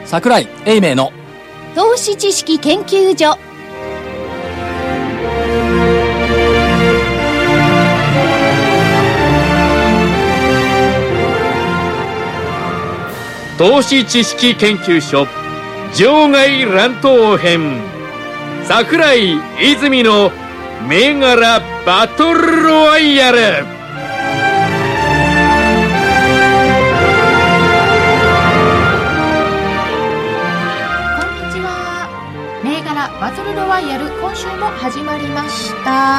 櫻井英明の投資知識研究所。 投資知識研究所場外乱闘編、櫻井泉の銘柄バトルロワイヤル。 バトルロワイヤル、今週も始まりました。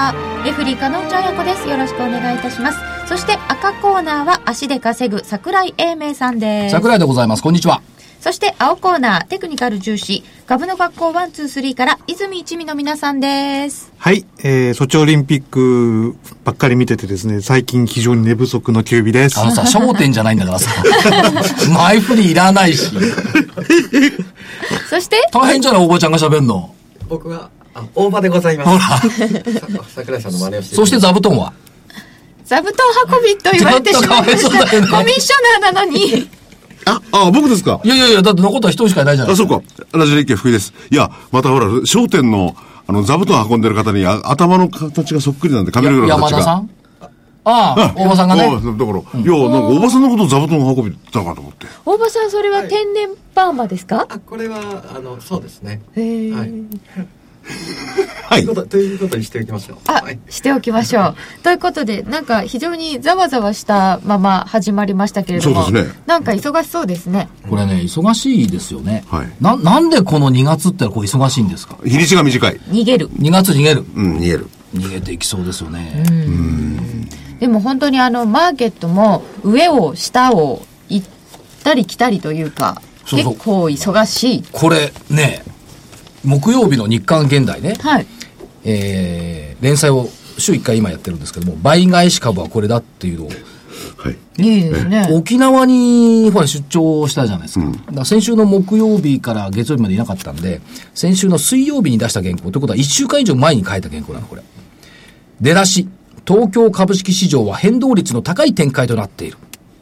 レフリー加納茶彩子です。よろしくお願いいたします。そして赤コーナーは足で稼ぐ櫻井英明さんです。 櫻井でございます。こんにちは。 そして青コーナーテクニカル重視株の学校 1,2,3 から泉一味の皆さんです。 はい、ソチオリンピックばっかり見ててですね、最近非常に寝不足のキュービです。 さ焦点じゃないんだからさ前振りいらないしそして大変じゃない、おばちゃんが喋んの。 僕は大場でございます。ほら櫻井さんの真似をして。 そして座布団は座布団運びと言われてしまいました、ね、コミッショナーなのに僕ですか。 いや、だって残ったら一人しかいないじゃないですか。 そうか。ラジオ日経福井です。いや、またほら、商店の、座布団運んでる方に、頭の形がそっくりなんで、髪の毛の形が。 山田さん大場さんがね。 だから、なんか、大場さんのことを座布団運びたかと思って。 大場さん、それは天然パーマですか？ これは、そうですね。 はい。 はい。 ということにしておきましょう。はい、 しておきましょう。ということで、なんか非常にざわざわしたまま始まりましたけれども、 そうですね。 なんか忙しそうですね。 これね、忙しいですよね。 はい。 なんでこの2月ってこう忙しいんですか？ 日にちが短い。 逃げる。 2月逃げる。 逃げる。 逃げていきそうですよね。 でも本当にマーケットも上を下を行ったり来たりというか、結構忙しい。 これね、木曜日の日刊現代ね。 はい。 連載を週1回今やってるんですけども、倍返し株はこれだっていうのを、 はい、 いいですね。 沖縄にほら出張したじゃないですか。だから先週の木曜日から月曜日までいなかったんで、先週の水曜日に出した原稿ということは1週間以上前に書いた原稿なの、これ。出だし、東京株式市場は変動率の高い展開となっている。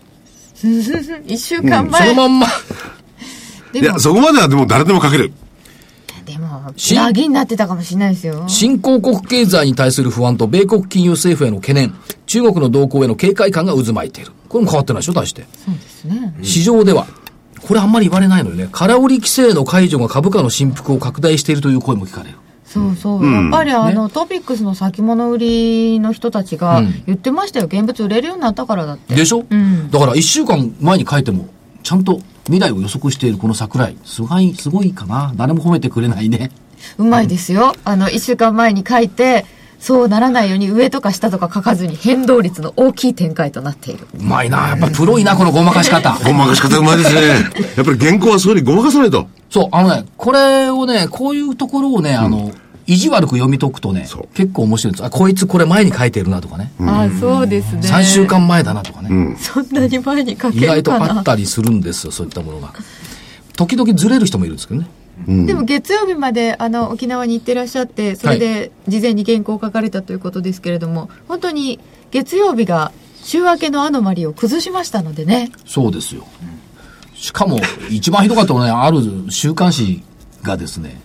1週間前。 そのまんまいや、そこまではでも誰でも書ける。 でも、ラギになってたかもしれないですよ。 新興国経済に対する不安と米国金融政府への懸念、中国の動向への警戒感が渦巻いている。これも変わってないでしょ、大して。 そうですね。 市場では、これあんまり言われないのよね。空売り規制の解除が株価の振幅を拡大しているという声も聞かれる。 そうそう。やっぱりトピックスの先物売りの人たちが言ってましたよ。現物売れるようになったからだって。 でしょ、だから1週間前に書いても、ちゃんと未来を予測しているこの桜井。すごいかな。誰も褒めてくれないね。 うまいですよ。1週間前に書いて、そうならないように上とか下とか書かずに変動率の大きい展開となっている。 うまいな。やっぱプロいな、このごまかし方。 ごまかし方うまいですね。やっぱり原稿はそういうふうにごまかさないと。 そう、これをね、こういうところをね、意地悪く読み解くとね、結構面白いんです。こいつこれ前に書いてるなとかね。 そうですね。 3週間前だなとかね。 そんなに前に書けるかな。 意外とあったりするんですよ、そういったものが。時々ずれる人もいるんですけどね。 でも月曜日まで沖縄に行ってらっしゃって、それで事前に原稿を書かれたということですけれども、本当に月曜日が週明けのアノマリを崩しましたのでね。 そうですよ。しかも一番ひどかったのはね、ある週刊誌がですね、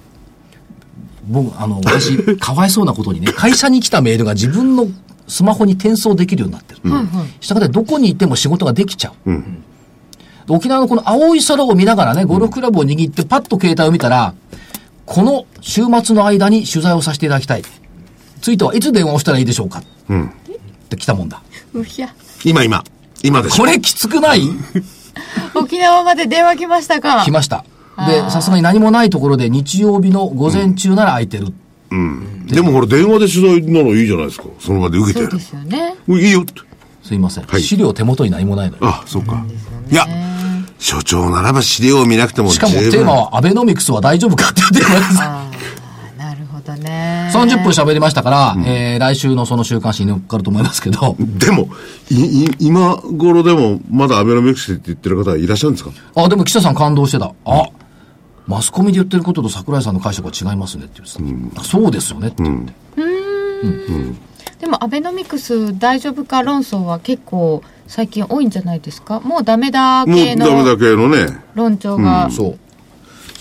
私かわいそうなことにね、会社に来たメールが自分のスマホに転送できるようになってる。したがってどこにいても仕事ができちゃう。沖縄のこの青い空を見ながらね、ゴルフクラブを握ってパッと携帯を見たら、この週末の間に取材をさせていただきたい。ついてはいつ電話をしたらいいでしょうか、って来たもんだ。 今でしょ。 これきつくない？ 沖縄まで電話来ましたか？ 来ました。で、さすがに何もないところで日曜日の午前中なら空いてる。 でもこれ電話で取材ならいいじゃないですか。その場で受けてやる。 そうですよね。 いいよって。 すいません。資料手元に何もないのよ。 そうか。いや、所長ならば資料を見なくてもしかもテーマはアベノミクスは大丈夫かっていうテーマです。 なるほどね。 30分喋りましたから、来週のその週刊誌に乗っかると思いますけど。 でも、今頃でもまだアベノミクスって言ってる方いらっしゃるんですか？ でも記者さん感動してた。マスコミで言ってることと桜井さんの解釈は違いますねって言ってた。そうですよねって言って。 でもアベノミクス大丈夫か論争は結構最近多いんじゃないですか？もうダメだ系のね論調が、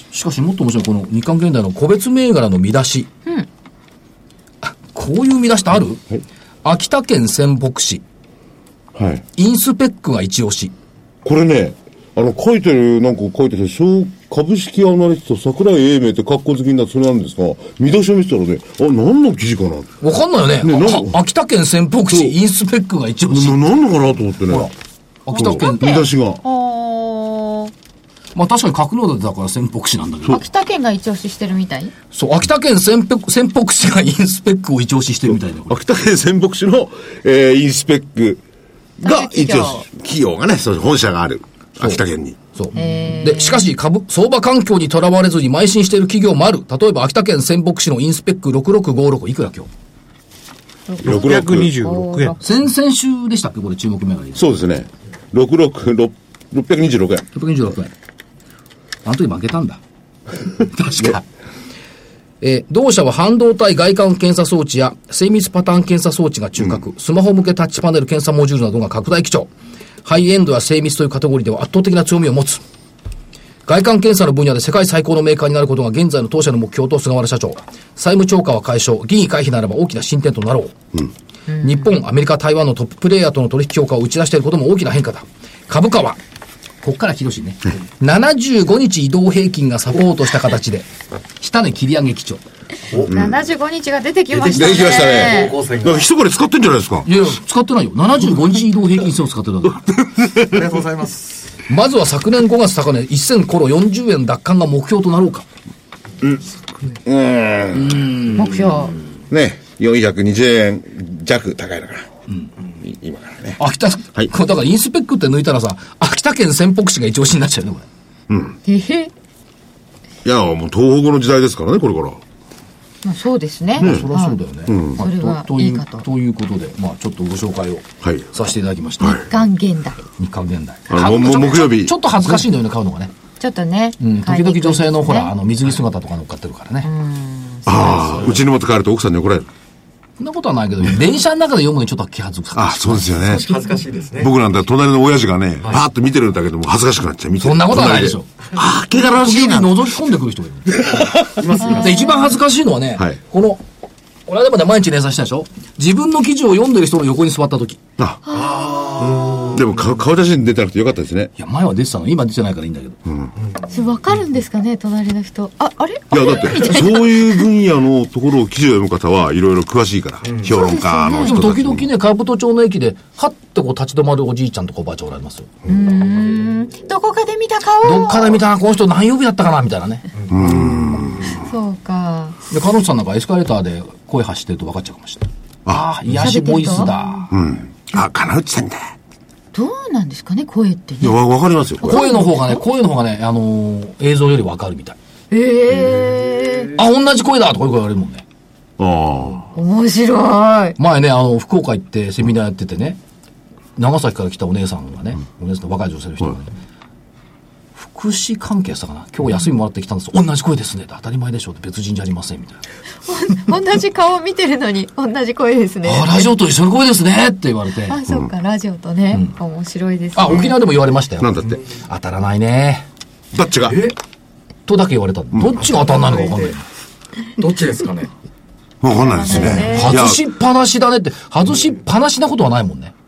しかしもっと面白いこの日刊現代の個別銘柄の見出し、こういう見出しってある、秋田県仙北市、インスペックが一押し。 これね、書いてる、なんか書いてる、株式アナリスト、桜井英明って格好好きになってそれなんですが、見出しを見てたらね、何の記事かな。 わかんないよね。秋田県仙北市、インスペックが一押し。 何のかなと思ってね。 ほら、秋田県。 見出しが。 まあ確かに格納だから仙北市なんだけど。 秋田県が一押ししてるみたい。 そう、秋田県仙北市がインスペックを一押ししてるみたいだよ。 秋田県仙北市の、インスペックが一押し。企業がね、本社がある。秋田県に。 そう。で、しかし相場環境にとらわれずに邁進している企業もある。例えば秋田県仙北市のインスペック6656、いくら今日 626円。 先々週でしたっけこれ注目銘柄。 そうですね。626円。 626円。あの時負けたんだ。確か。同社は半導体外観検査装置や精密パターン検査装置が中核、スマホ向けタッチパネル検査モジュールなどが拡大基調。ハイエンドや精密というカテゴリーでは圧倒的な強みを持つ。外観検査の分野で世界最高のメーカーになることが現在の当社の目標と菅原社長。債務超過は解消、疑義回避ならば大きな進展となろう。日本、アメリカ、台湾のトッププレイヤーとの取引強化を打ち出していることも大きな変化だ。株価はこっから広しね。75日移動平均がサポートした形で、下値切り上げ基調。 75日が出てきましたね。 出てきましたね。だから一こ使ってんじゃないですか。 いやいや、使ってないよ。75日移動平均線を使ってるんだ。 ありがとうございます。 まずは昨年5月高値1000コロ40円奪還が目標となろうか。 目標。 ね、420円弱高いだから。今からね。 秋田、 はい、 だからインスペックって抜いたらさ、秋田県仙北市が一押しになっちゃうよね、これ。 いや、もう東北の時代ですからね、これから。 まあ、そうですね。 そりゃそうだよね。 それはいいかと。 ということで、まあちょっとご紹介をさせていただきました。 日刊現代。 日刊現代。 木曜日。 ちょっと恥ずかしいんだよね、買うのがね。 ちょっとね。 時々女性のほら、水着姿とか乗っかってるからね。 ああ、うちに持って帰ると奥さんに怒られる。 そんなことはないけど、電車の中で読むのにちょっと気恥ずかしい。 あ、そうですよね。 恥ずかしいですね。 僕なんだ隣の親父がね、パーッと見てるんだけども恥ずかしくなっちゃう。 そんなことはないでしょ。 ああ、怪我らしいな。 覗き込んでくる人がいる。います。で、一番恥ずかしいのはね、この、俺でもね、毎日連載したでしょ。自分の記事を読んでる人の横に座った時。 でも顔写真出てなくてよかったですね。 いや、前は出てたの。今出てないからいいんだけど。 それ分かるんですかね、隣の人。あれいや、だって、そういう分野のところを記事を読む方はいろいろ詳しいから。評論家の人たち。 時々ね、兜町の駅で、はってこう立ち止まるおじいちゃんとかおばあちゃんおられますよ。 どこかで見た顔。 どっかで見たな、この人何曜日だったかな、みたいなね。 そうか。 で、彼女さんなんかエスカレーターで声発してると分かっちゃうかもしれない。ああ、癒しボイスだ。 あ、金内さんだ。 どうなんですかね、声ってね。 いや、わかりますよ。 声の方がね、映像より分かるみたい。あ、同じ声だとかよく言われるもんね。 面白い。 前ね、福岡行ってセミナーやっててね、長崎から来たお姉さんがね、お姉さんの若い女性の人がね、福祉関係したかな、今日休みもらってきたんです。同じ声ですね。当たり前でしょうって、別人じゃありませんみたいな。同じ顔見てるのに同じ声ですね。 ラジオと一緒の声ですねって言われて。 あ、そうか、ラジオとね、面白いですね。 あ、沖縄でも言われましたよ。 なんだって。 当たらないね。 どっちがとだけ言われた。どっちが当たらないのか分かんない。 どっちですかね。 分かんないですね。 外しっぱなしだねって、外しっぱなしなことはないもんね。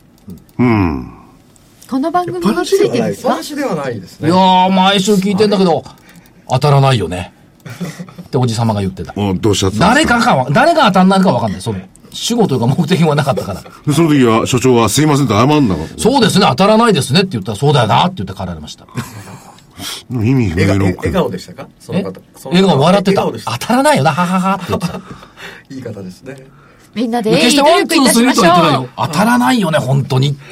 この番組がついてるんですか？ 話ではないですね。 いやー、毎週聞いてんだけど、当たらないよね。っておじさまが言ってた。 どうしちゃった誰が当たんないのか分かんない。その、主語というか目的はなかったから。 で、その時は所長はすいませんと謝んなかった。 そうですね、当たらないですねって言ったら、そうだよなって言って帰られました。 意味不明の。 笑顔でしたか？その方。 笑顔笑ってた。当たらないよな、はははって言ってた。 言い方ですね。 みんなで決してワンツースリーとは言ってないよ。当たらないよね、本当に。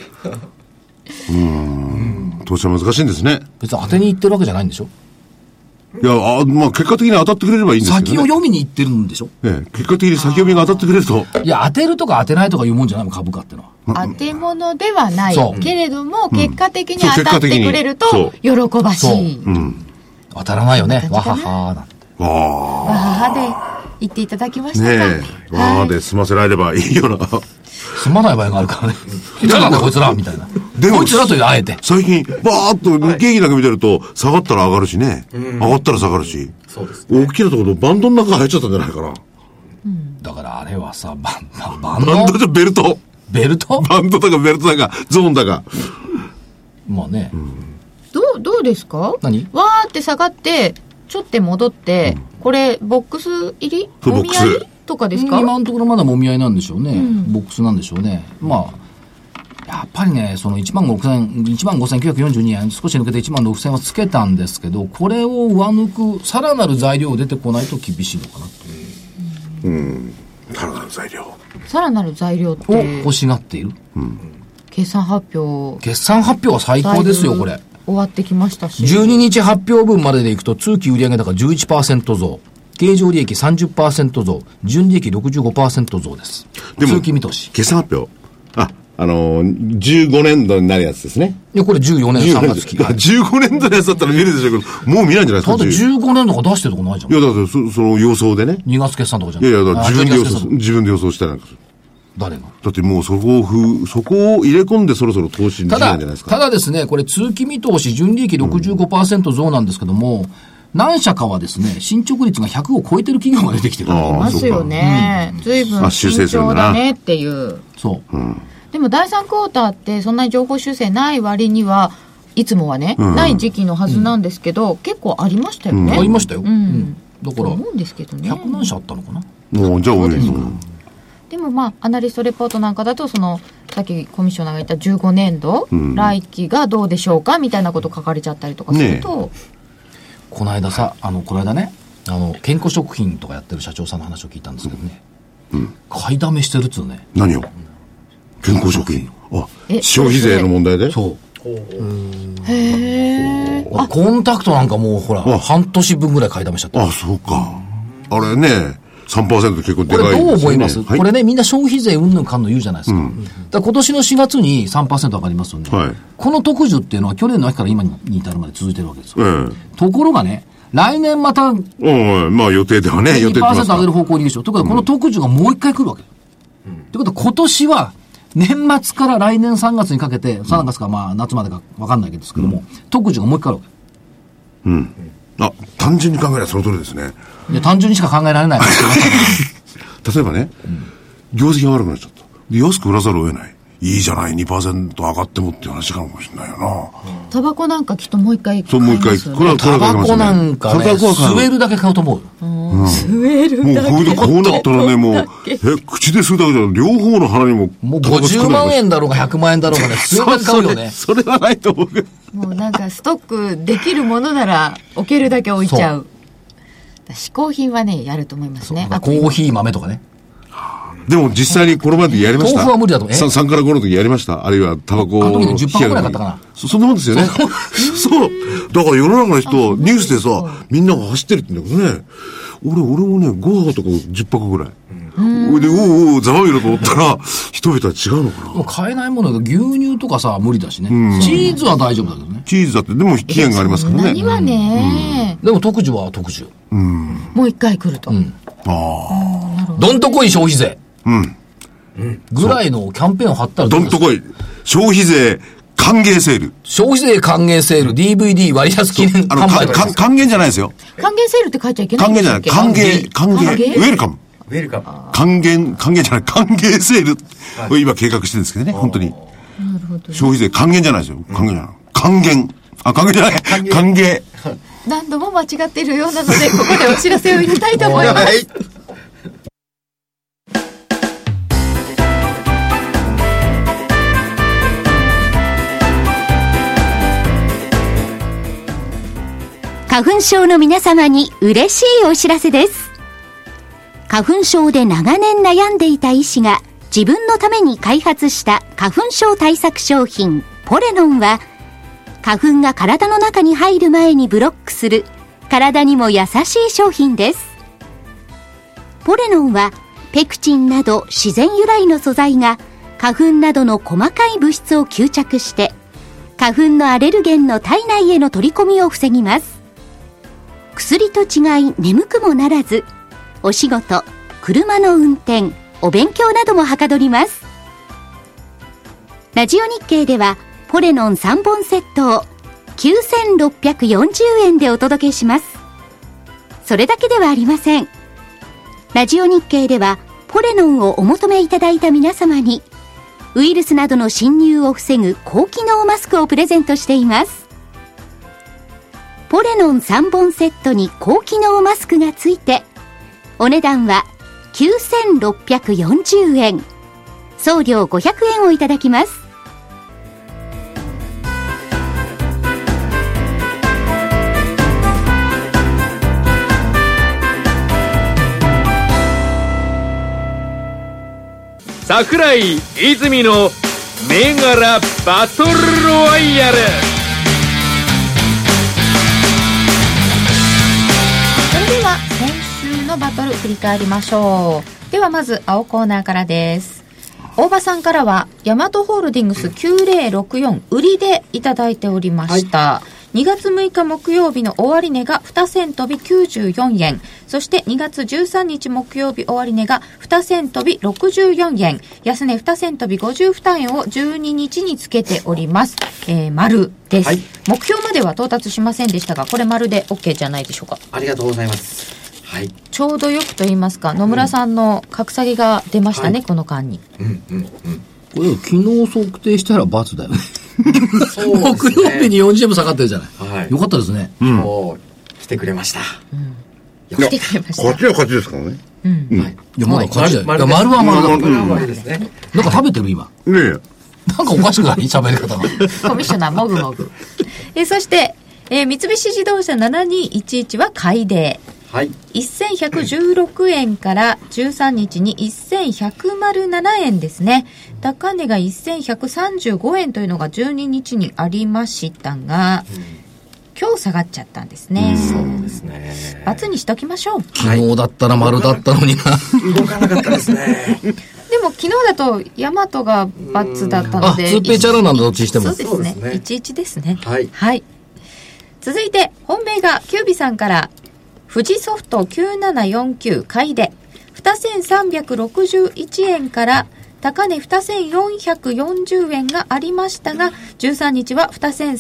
投資は難しいんですね。 別に当てに行ってるわけじゃないんでしょ？ いや、まあ結果的に当たってくれればいいんですけどね。 先を読みに行ってるんでしょ？ 結果的に先読みが当たってくれると。 いや、当てるとか当てないとかいうもんじゃないもん、株価ってのは。 当て物ではないけれども、結果的に当たってくれると喜ばしい。 当たらないよね。わははなんて。 わははで言っていただきましたか。 ねえ。わはで済ませられればいいような。 済まない場合があるからね。下手なんだこいつらみたいな。 でもこいつらというあえて。 最近、バーっと日経平均だけ見てると、下がったら上がるしね。上がったら下がるし。 そうです。 大きなところバンドの中入っちゃったんじゃないかな。 だからあれはさ、ババンドじゃベルト。 ベルトバンドだかベルトだか、ゾーンだか。 まあね。 どうですか？ 何？ わーって下がってちょって戻って、これボックス入りそうもみ合いボックとかですか？ 今のところまだもみ合いなんでしょうね。ボックスなんでしょうね。まあやっぱりね、その15,942円、少し抜けて16,000円はつけたんですけど、これを上抜く、さらなる材料出てこないと厳しいのかなと。 さらなる材料。 さらなる材料っをて欲しがっている。 決算発表決算発表は最高ですよ、これ。 終わってきましたし、 12日発表分まででいくと、通期売上高 11% 増。経常利益 30% 増。純利益 65% 増です。 でも通期見通し。 決算発表。15年度になるやつですね。 いや、これ14年3月期。 15年度のやつだったら見るでしょうけど、もう見ないんじゃないですか。 ただ15年度が出してるとこないじゃん。 いや、だからその予想でね。 2月決算とかじゃん。 いやいや、だから自分で 12月決算自分で予想したいなんですよ。 誰が？ だってもうそこを入れ込んでそろそろ投資にしないんじゃないですか。 ただですね、これ通期見通し純利益 65% 増なんですけども、何社かはですね、進捗率が100を超えてる企業が出てきてる。 いますよね。随分慎重だねっていう。 そう。 でも第3クォーターってそんなに情報修正ない割にはいつもはね、ない時期のはずなんですけど、結構ありましたよね。 ありましたよ。だから思うんですけどね。 100何社あったのかな。 もうじゃあ多いです。 でもまあアナリストレポートなんかだと、そのさっきコミッショナーが言った15年度、来期がどうでしょうかみたいなこと書かれちゃったりとかすると、 この間さ、この間ね、健康食品とかやってる社長さんの話を聞いたんですけどね、買いだめしてるっつうね。 何を？健康食品。消費税の問題で？ そう。 へー。 コンタクトなんかもうほら、半年分ぐらい買いだめしちゃった。 あ、そうか。あれね、3% 結構でかいですよね。 これどう思います？ はい、 これね、みんな消費税うんぬんかんの言うじゃないですか。だから今年の4月に 3% 上がりますよね。 はい、 この特需っていうのは去年の秋から今に至るまで続いてるわけですよ。ところがね、来年また、 まあ予定ではね、予定で 2% 上げる方向にいくでしょ。ということはこの特需がもう一回来るわけ。ということは今年は、年末から来年3月にかけて、3月かまあ夏までか分かんないですけども、特需がもう一回あるわけ。 あ、単純に考えればその通りですね。 いや、単純にしか考えられない例えばね、業績が悪くなっちゃった。で、安く売らざるを得ない。いいじゃない、2% 上がってもっていう話かもしれないよな。 タバコなんかきっともう一回買いますよね。そう、もう一回。 タバコなんかね、吸えるだけ買うと思う。 吸えるだけ。 もうこうなったらね、もう、口で吸うだけじゃ両方の鼻にも。 もう50万円だろうが100万円だろうがね、吸えるだけ買うよね。 それはないと思う。 もうなんかストックできるものなら置けるだけ置いちゃう。嗜好品はね、やると思いますね。 コーヒー豆とかね。 でも実際にこの前でやりました。 豆腐は無理だと。 3から5の時やりました。あるいはタバコの。あの時10箱ぐらい買ったかな。 そんなもんですよね。そう。だから世の中の人、ニュースでさ、みんなが走ってるって言うんだけどね。俺もね、5箱とか10箱ぐらい。で、ざまみろと思ったら、人々は違うのかな。 もう買えないもので牛乳とかさ、無理だしね。チーズは大丈夫だけどね。 チーズだって、でも期限がありますからね。 何はね。 でも特需は特需。 もう一回来ると。 どんとこい消費税。ぐらいのキャンペーンを貼ったらどんとこい。消費税歓迎セール。 消費税歓迎セール、DVD 割安記念販売。 還元じゃないですよ。 還元セールって書いちゃいけない。 還元じゃない。歓迎。ウェルカム。 ウェルカム。 還元じゃない。歓迎セールを今計画してるんですけどね、本当に。 なるほど。 消費税還元じゃないですよ。還元じゃない。還元。あ、還元じゃない。還元。 何度も間違っているようなので、ここでお知らせを入れたいと思います。 花粉症の皆様に嬉しいお知らせです。花粉症で長年悩んでいた医師が自分のために開発した花粉症対策商品ポレノンは、花粉が体の中に入る前にブロックする体にも優しい商品です。ポレノンはペクチンなど自然由来の素材が花粉などの細かい物質を吸着して花粉のアレルゲンの体内への取り込みを防ぎます。薬と違い眠くもならず、お仕事、車の運転、お勉強などもはかどります。ラジオ日経ではポレノン3本セットを9640円でお届けします。それだけではありません。ラジオ日経ではポレノンをお求めいただいた皆様にウイルスなどの侵入を防ぐ高機能マスクをプレゼントしています。ポレノン3本セットに高機能マスクがついてお値段は9640円、送料500円をいただきます。 桜井泉の銘柄バトルロワイヤル。 それでは先週のバトル振り返りましょう。ではまず青コーナーからです。大場さんからはヤマトホールディングス9064売りでいただいておりました、はい、2月6日木曜日の終値が2銭飛び94円、そして2月13日木曜日終値が2銭飛び64円、安値2銭飛び52円を12日につけております。丸です、はい、目標までは到達しませんでしたが、これ丸で OK じゃないでしょうか。 ありがとうございます。はい、 ちょうどよくと言いますか、野村さんの格下げが出ましたね、はい、この間に、 これ昨日測定したら×だよね。そうですね、木曜日に40円も下がってるじゃない、はい、よかったですね。 来てくれました、 来てくれました。勝ちは勝ちですからね。 はい、いやまだ勝ちだよ。丸は丸だですね。なんか食べてる今。ねえ。なんかおかしくない喋り方が。 コミッショナーもぐもぐ。そして、三菱自動車7211は買いで。はい、1116円から13日に1107円ですね。高値が1135円というのが12日にありましたが、今日下がっちゃったんですね。 そうですね。 ×にしときましょう。 昨日だったら丸だったのにな。 動かなかったですね。 でも昨日だとヤマトが×だったので、 ツーペーチャラなんだ、どっちにしても。 そうですね。11ですね。はい。はい。続いて本命がキュービさんから、富士ソフト9749買いで2361円から高値2440円がありましたが、13日は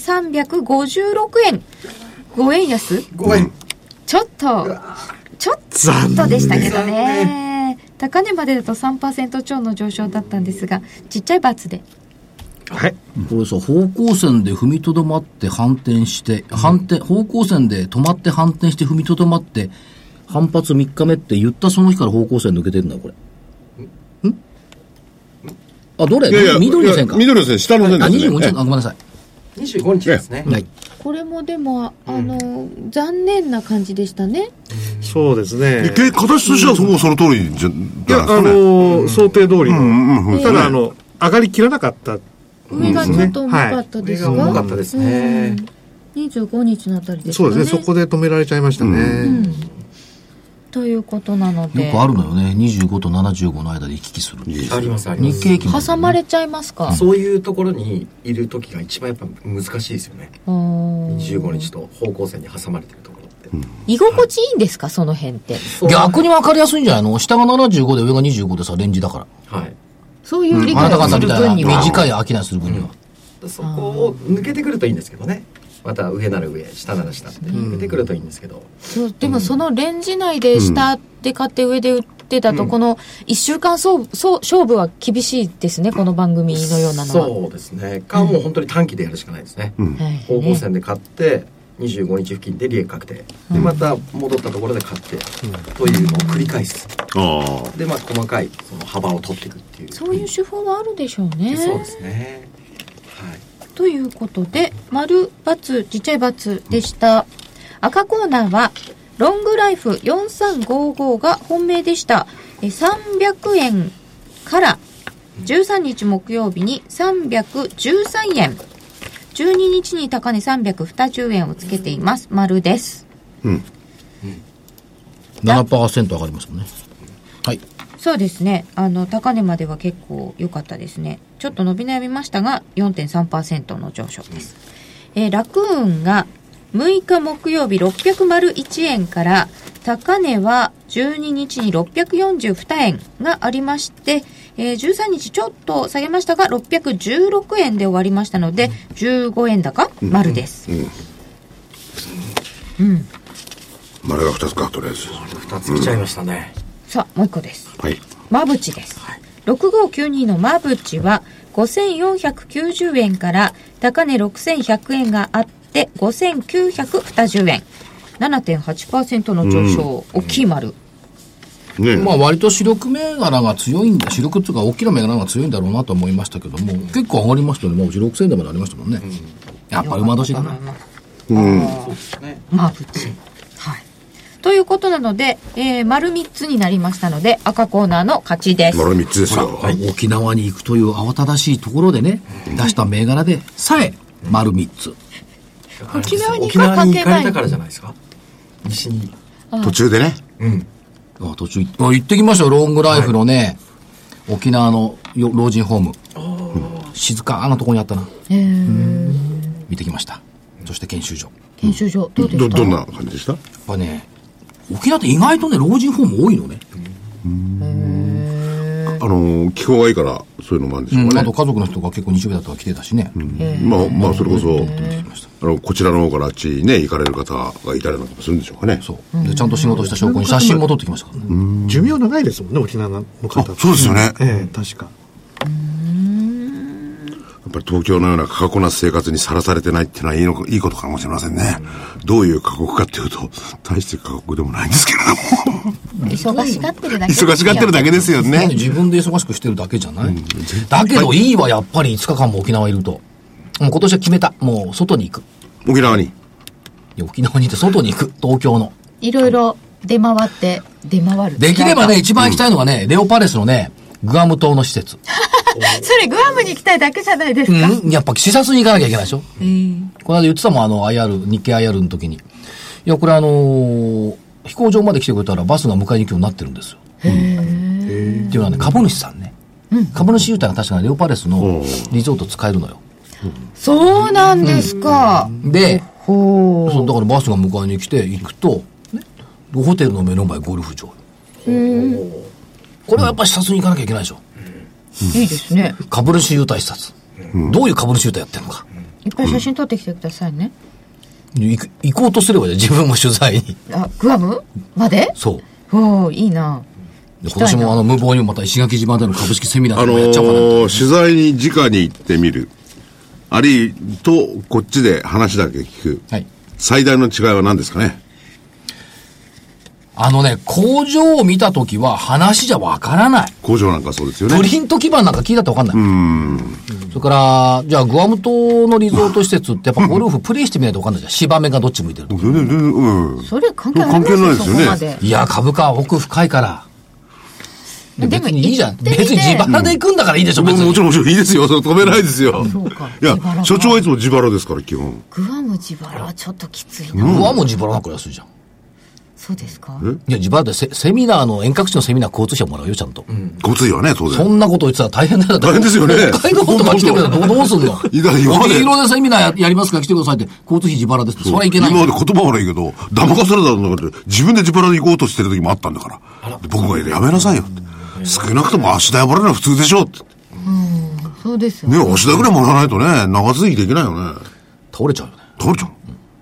2356円、5円安、 5円ちょっとでしたけどね。高値までだと 3% 超の上昇だったんですが、ちっちゃい×で。 はい、これさ、方向線で踏みとどまって反転して、方向線で止まって反転して踏みとどまって反発3日目って言ったその日から方向線抜けてるんだよこれ。あ、どれ？緑の線か。 緑の線、下の線ですね。 25日、ごめんなさい。 25日ですね。はい。 これもでも残念な感じでしたね。 そうですね。 形としてはその通りじゃないですかね。想定通りの。ただ上がりきらなかった。 上がちょっと重かったですか？ 重かったですね。 25日のあたりですかね。そうですね。そこで止められちゃいましたね。 ということなので。 よくあるのよね。25と75の間で行き来する。 ありますあります。 日経平均挟まれちゃいますか？ そういうところにいる時が一番やっぱ難しいですよね。25日と方向線に挟まれてるところって。 居心地いいんですか、その辺って？ 逆に分かりやすいんじゃないの？下が75で上が25でさ、レンジだから。はい。 そういう理解をする分には、 短い商いする分には、 そこを抜けてくるといいんですけどね。また上なら上、下なら下って抜けてくるといいんですけど、 でもそのレンジ内で下で買って上で売ってたと、この1週間勝負は厳しいですね、この番組のようなのは。 そうですね。もう本当に短期でやるしかないですね。方向線で買って25日付近で利益確定、でまた戻ったところで買って、というのを繰り返す。で細かいその幅を取っていくっていう、 そういう手法はあるでしょうね。 そうですね。はい。 ということで丸×ちっちゃい×でした。赤コーナーはロングライフ4355が本命でした。300円から13日木曜日に313円、12日に高値320円をつけています。丸です。 7% 上がりますもんね。はい。 そうですね。高値までは結構良かったですね。ちょっと伸び悩みましたが 4.3% の上昇です。ラクーンが6日木曜日601円から高値は12日に642円がありまして、13日ちょっと下げましたが616円で終わりましたので、15円高丸です。 丸が2つか、とりあえず 2つ来ちゃいましたね。 さあもう一個です。 はい。 マブチです。6592のマブチは5490円から高値6100円があって5920円、 7.8% の上昇、大きい丸。 ね、まあ割と主力銘柄が強いんだ、主力っていうか大きな銘柄が強いんだろうなと思いましたけども、結構上がりましたよね。もう6000円台までありましたもんね。やっぱ馬年だな。 そうですね。 マブチ。はい。ということなので、丸3つになりましたので、赤コーナーの勝ちです。 丸3つですよ。 沖縄に行くという慌ただしいところでね、出した銘柄でさえ丸3つ。 沖縄に行かれたからじゃないですか。西に。 途中でね。 途中行ってきましたよ。ロングライフのね、沖縄の老人ホーム。静かなところにあったな。見てきました。そして研修所。 研修所どうですか？ どんな感じでした？ やっぱね、沖縄って意外とね、老人ホーム多いのね。 気候がいいからそういうのもあるんでしょうかね。 あと家族の人が結構日曜日だったら来てたしね。 まあそれこそこちらの方からあっちね行かれる方がいたりなんかもするんでしょうかね。 そうでちゃんと仕事した証拠に写真も撮ってきましたからね。 寿命長いですもんね、沖縄の方。 そうですよね。 確か。 やっぱり東京のような過酷な生活にさらされてないっていうのはいいことかもしれませんね。どういう過酷かっていうと大して過酷でもないんですけれども忙しがってるだけ忙しがってるだけですよね。 自分で忙しくしてるだけじゃない、だけどいいわ、やっぱり5日間も沖縄いると。もう今年は決めた。もう外に行く。 沖縄に。いや沖縄に行って外に行く。東京のいろいろ出回る。 できればね、一番行きたいのがね、レオパレスのね、グアム島の施設。 それグアムに行きたいだけじゃないですか。 やっぱ視察に行かなきゃいけないでしょ。この間言ってたもん、日経 IR の時に。いや、これ飛行場まで来てくれたらバスが迎えに行くようになってるんですよ。っていうのはね、株主さんね。株主優待が確かにレオパレスのリゾート使えるのよ。 そうなんですか。 で、そうだからバスが迎えに来て行くと、ね、ホテルの目の前ゴルフ場。これはやっぱり視察に行かなきゃいけないでしょ。 いいですね。 株主優待視察。どういう株主優待やってるのか。 いっぱい写真撮ってきてくださいね。 行こうとすれば自分も取材に。 グアムまで？ そう。 おー、いいな。 今年も無謀にもまた石垣島での株式セミナーとかやっちゃおうかな。 取材に直に行ってみる。ありと、こっちで話だけ聞く。 はい。 最大の違いは何ですかね？ 工場を見たときは話じゃわからない。 工場なんかそうですよね。 プリント基板なんか聞いたってわかんない。それから、じゃあグアム島のリゾート施設ってやっぱゴルフプレイしてみないとわかんないじゃん。芝目がどっち向いてるとか。 それ関係ないですよね。 いや、株価は奥深いから。別にいいじゃん。別に自腹で行くんだからいいでしょ、別に。 もちろんいいですよ。止めないですよ。そうか。いや、所長はいつも自腹ですから、基本。 グアム自腹はちょっときついな。 グアム自腹なんか安いじゃん。 そうですか？ いや、自腹でセミナーの遠隔地のセミナー交通費をもらうよ、ちゃんと。 交通費はね、当然。 そんなこと言ってたら大変だよ。 大変ですよね。 北海道とか来てくれたらどうすんの？ 沖色でセミナーやりますから来てくださいって、交通費自腹ですって。それはいけない。 今まで言葉悪いけど、騙かされたんだから、自分で自腹で行こうとしてる時もあったんだから。僕がやめなさいよって。少なくとも足代もらえるのは普通でしょって。 そうですよね。 ね、足代ぐらいもらわないとね、長続きできないよね。 倒れちゃうよね。 倒れちゃう。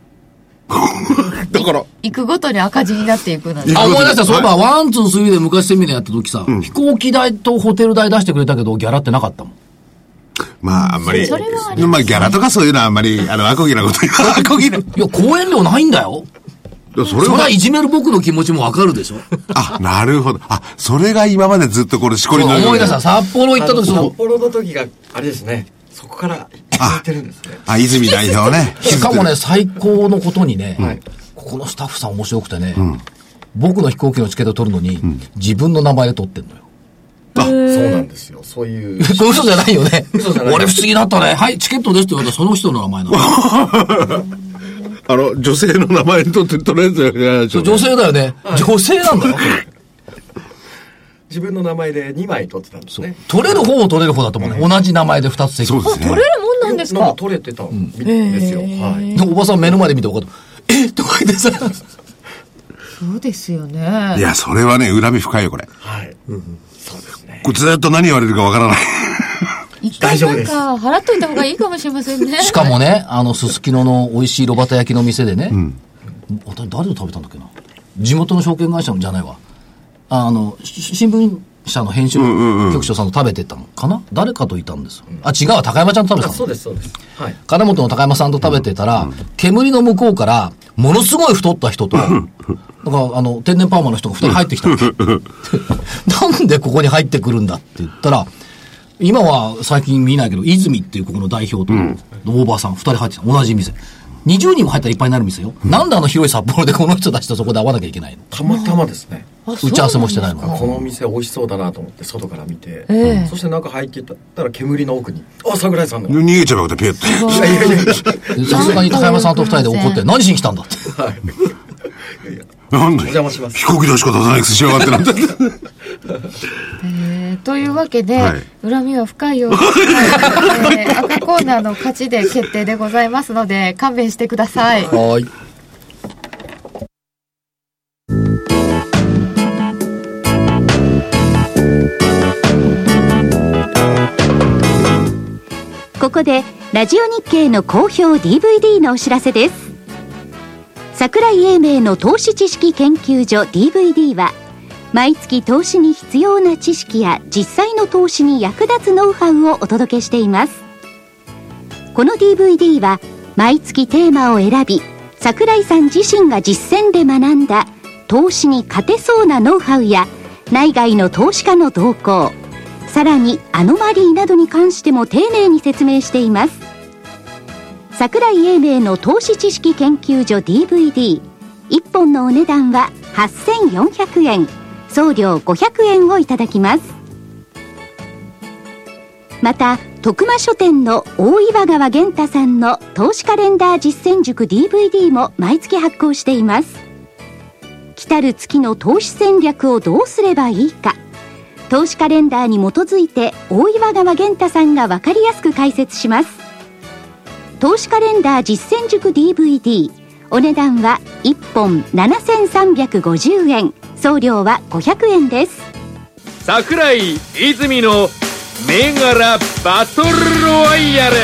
だから。 行くごとに赤字になっていくなんて。 思い出した。そういえば、ワン、ツー、スリーで昔セミナーやった時さ、飛行機代とホテル代出してくれたけど、ギャラってなかったもん。 まあ、あんまり。まあ、ギャラとかそういうのはあんまり、アコギなこと言う。アコギな。いや、講演料ないんだよ。それはいじめる僕の気持ちもわかるでしょ。 なるほど。それが今までずっとこれしこりの。 思い出した。札幌行った時札幌の時が、あれですね。そこから言ってるんですね。 泉代表ね。 しかもね、最高のことにね、ここのスタッフさん面白くてね、僕の飛行機のチケット取るのに、自分の名前で取ってんのよ。 そうなんですよ。そういう。 嘘じゃないよね。俺不思議だったね。はい、チケットですって言われたらその人の名前なの。 女性の名前に取って取れるやつよね。 女性だよね。女性なんだよ。 自分の名前で2枚取ってたんですね。 取れる方も取れる方だと思うね。同じ名前で2つ席。 そうですね。 取れるもんなんですか？ なんか取れてたんですよ。はい。 おばさん目の前で見て分かった。とか言ってさ。 そうですよね。 いや、それはね、恨み深いよ、これ。 はい。そうですね。 これずっと何言われるかわからない。 大丈夫です。なんか、払っといた方がいいかもしれませんね。 しかもね、すすきのの美味しい炉端焼きの店でね、誰と食べたんだっけな。地元の証券会社のじゃないわ。新聞社の編集局長さんと食べてたのかな、誰かといたんですよ。違うわ、高山ちゃんと食べてたの。 そうです、そうです。はい。 金本の高山さんと食べてたら、煙の向こうから、ものすごい太った人と、なんか天然パーマの人が2人入ってきたなんでここに入ってくるんだって言ったら、今は最近見ないけど、泉っていうここの代表と、大場さん2人入ってきた。同じ店。20人も入ったらいっぱいになる店よ。なんで広い札幌でこの人たちとそこで会わなきゃいけないの？ たまたまですね。 打ち合わせもしてないの。 この店美味しそうだなと思って外から見て、そして中入っていったら煙の奥に桜井さんが逃げちゃうわけでピュッて。さすがに高山さんと2人で怒って何しに来たんだって。はい。 なんでお邪魔します。 飛行機でしか出さないくせしやがってなんて。 というわけで、恨みは深いようです。赤コーナーの勝ちで決定でございますので勘弁してください。 はい。 ここでラジオ日経の好評 DVD のお知らせです。桜井英明の投資知識研究所 DVD は毎月投資に必要な知識や実際の投資に役立つノウハウをお届けしています。この DVD は毎月テーマを選び、桜井さん自身が実践で学んだ投資に勝てそうなノウハウや内外の投資家の動向、さらにアノマリーなどに関しても丁寧に説明しています。桜井英明の投資知識研究所 DVD1 本のお値段は8400円、送料500円をいただきます。また徳間書店の大岩川源太さんの投資カレンダー実践塾 DVD も毎月発行しています。来たる月の投資戦略をどうすればいいか、投資カレンダーに基づいて大岩川源太さんが分かりやすく解説します。投資カレンダー実践塾 DVD、 お値段は1本7350円、送料は500円です。 桜井泉の銘柄バトルロワイヤル。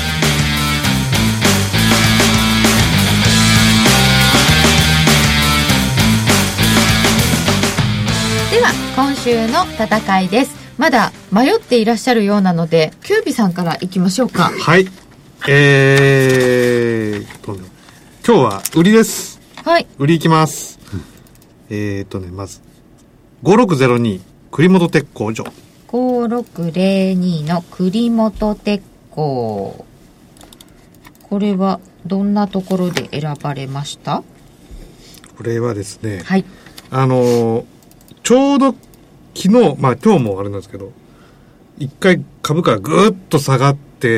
では今週の戦いです。まだ迷っていらっしゃるようなので、キュービさんからいきましょうか。 はい。今日は売りです。 はい。 売りいきます。まず5602栗本鉄工所。 5602の栗本鉄工。これはどんなところで選ばれました？ これはですね、 はい。 ちょうど昨日、今日もあれなんですけど、一回株価がぐーっと下がって、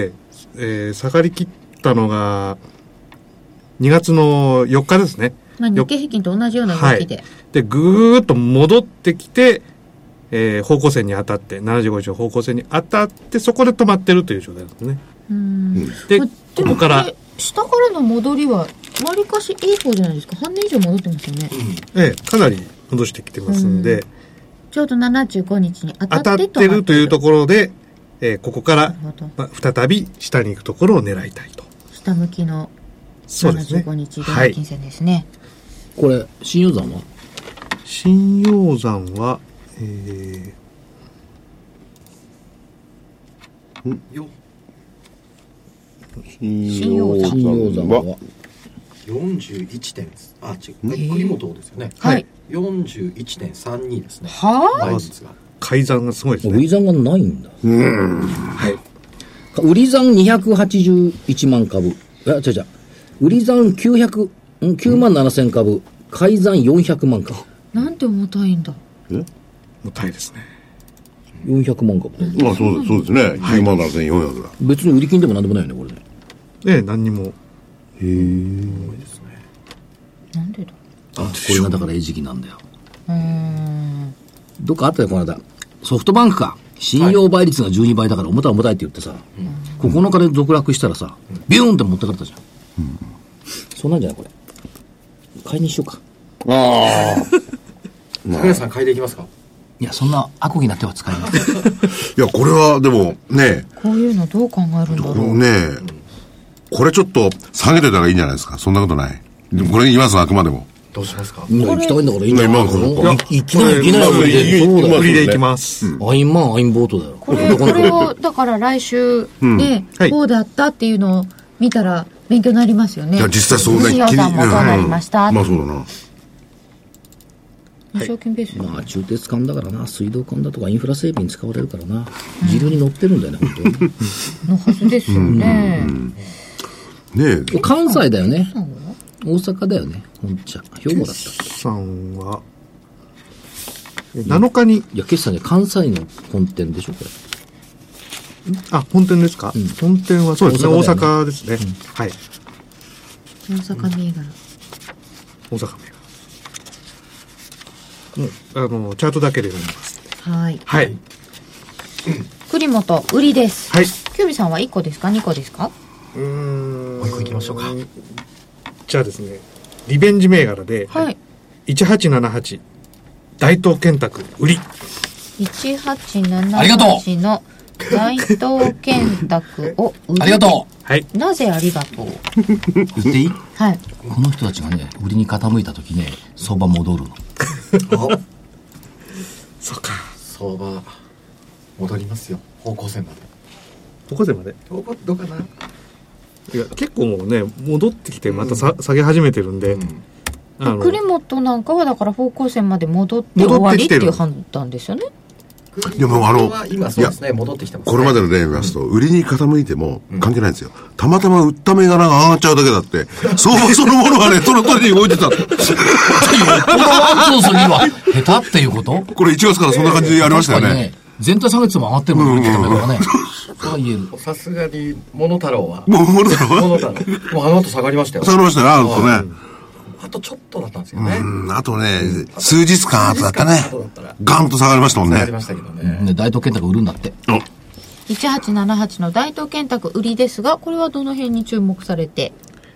下がりきったのが2月の4日ですね。 日経平均と同じような動きで、 でぐーっと戻ってきて、方向線に当たって75日の方向線に当たってそこで止まってるという状態ですね。で、ここから下からの戻りはわりかしいい方じゃないですか。半年以上戻ってますよね。 かなり戻してきてますんで、 ちょうど75日に当たってるというところで、ここから、再び下に行くところを狙いたいと。 下向きの75日平均線ですね。 これ信用山は信用山は、 信用山は41点、栗本ですよね。 はい。 41.32 ですね。 はあ。 買い算がすごいですね。 売り算がないんだ。 はい。 売り算281万株。売り算9万7000株。買い算400万株。 なんて重たいんだ。 重たいですね。 400万株。 そうですね。9万7400だ。 別に売り金でもなんでもないよね、これね。 何にも。 へー。ですね。 なんでだ。 これがだから餌食なんだよ。どっかあったよこの間。ソフトバンクか信用倍率が12倍だから重たいって言ってさ、9日で続落したらさ、ビューンって持ってかれたじゃん。そうなんじゃないこれ。買いにしようか。 桜井さん買いでいきますか？ いや、そんなアコギな手は使いません。 いや、これはでもね、 こういうのどう考えるんだろう。 ねえ、これちょっと下げてたらいいんじゃないですか。そんなことない。でもこれ言います、あくまでも。 どうしますか？ 今行きたいんだからいいんだよ。 今のいきなり売りで。そうだよ。 売りでいきます。 アインマン、アインボートだよ。 これを、だから来週で、こうだったっていうのを見たら勉強になりますよね。 いや、実際そうね。 西尾さんもどうなりました。 まあそうだな。 証券ベース。 まあ、中鉄管だからな、水道管だとかインフラ整備に使われるからな、時流に乗ってるんだよね、本当に。 のはずですよね。 ねえ。 関西だよね。大阪だよね、本社。兵庫だったっ決算は、7日に、 け？いや、決算で関西の本店でしょ、これ。 あ、本店ですか？本店はそうですね、大阪ですね。はい。 大阪銘柄。 大阪銘柄。もう、チャートだけで読みます。 はい。 はい。 栗本、売りです。 はい。 キュービさんは1個ですか？ 2 個ですか？ もう一個いきましょうか。 じゃあですね、リベンジ銘柄で、 はい。 1878、大東建託、売り。 1878 ありがとの大東建託を売り。 ありがとはい。 なぜありがとう？ 言っていい？ はい。 この人たちがね、売りに傾いた時ね、相場戻るの。 そうか。 相場戻りますよ、方向線まで。 ここでまで。 どうかな。 いや、結構もうね、戻ってきてまた下げ始めてるんで、 栗本なんかはだから方向線まで戻って終わりっていう判断ですよね。 でも今そうですね、戻ってきてますね。 これまでの例を見ますと、売りに傾いても関係ないんですよ。たまたま売った銘柄が上がっちゃうだけだって、相場そのものがね、その通りに動いてた。 このワンツースリーは下手っていうこと？ これ1月からそんな感じでやりましたよね。 全体下げても上がってるもんね、売りってたからね。それは言える。 さすがに、モノタロウは。 もう戻ったのモノタロウ。もうあの後下がりましたよ。 下がりましたね、あのね。 あとちょっとだったんですよね。 あとね、数日間後だったね。ガンと下がりましたもんね。 下がりましたけどね。 大東建託売るんだって。 1878の大東建託売りですが、これはどの辺に注目されて？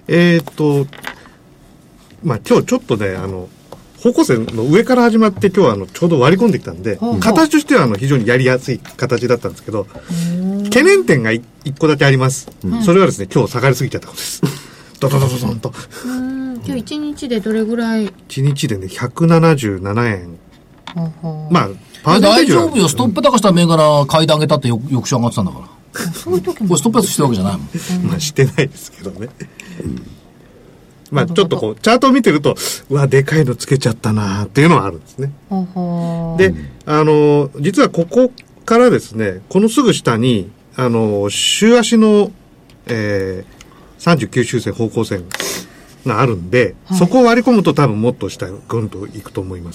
まあ今日ちょっとね、方向線の上から始まって今日はちょうど割り込んできたんで、形としては非常にやりやすい形だったんですけど、懸念点が1個だけあります。それはですね、今日下がりすぎちゃったことです。ドドドドドンと。 今日1日でどれぐらい ？1日でね、177円。まあ、 パーセンテージは大丈夫よ。ストップ高した銘柄買いで上げたって翌週上がってたんだから。 そういう時もこれストップ安してるわけじゃないもん。 まあ、してないですけどね。まあ、ちょっとこう、チャートを見てると、うわ、でかいのつけちゃったなっていうのはあるんですね。で、実はここからですね、このすぐ下に、週足の、39周線方向線があるんで、そこを割り込むと多分もっと下にぐんといくと思います。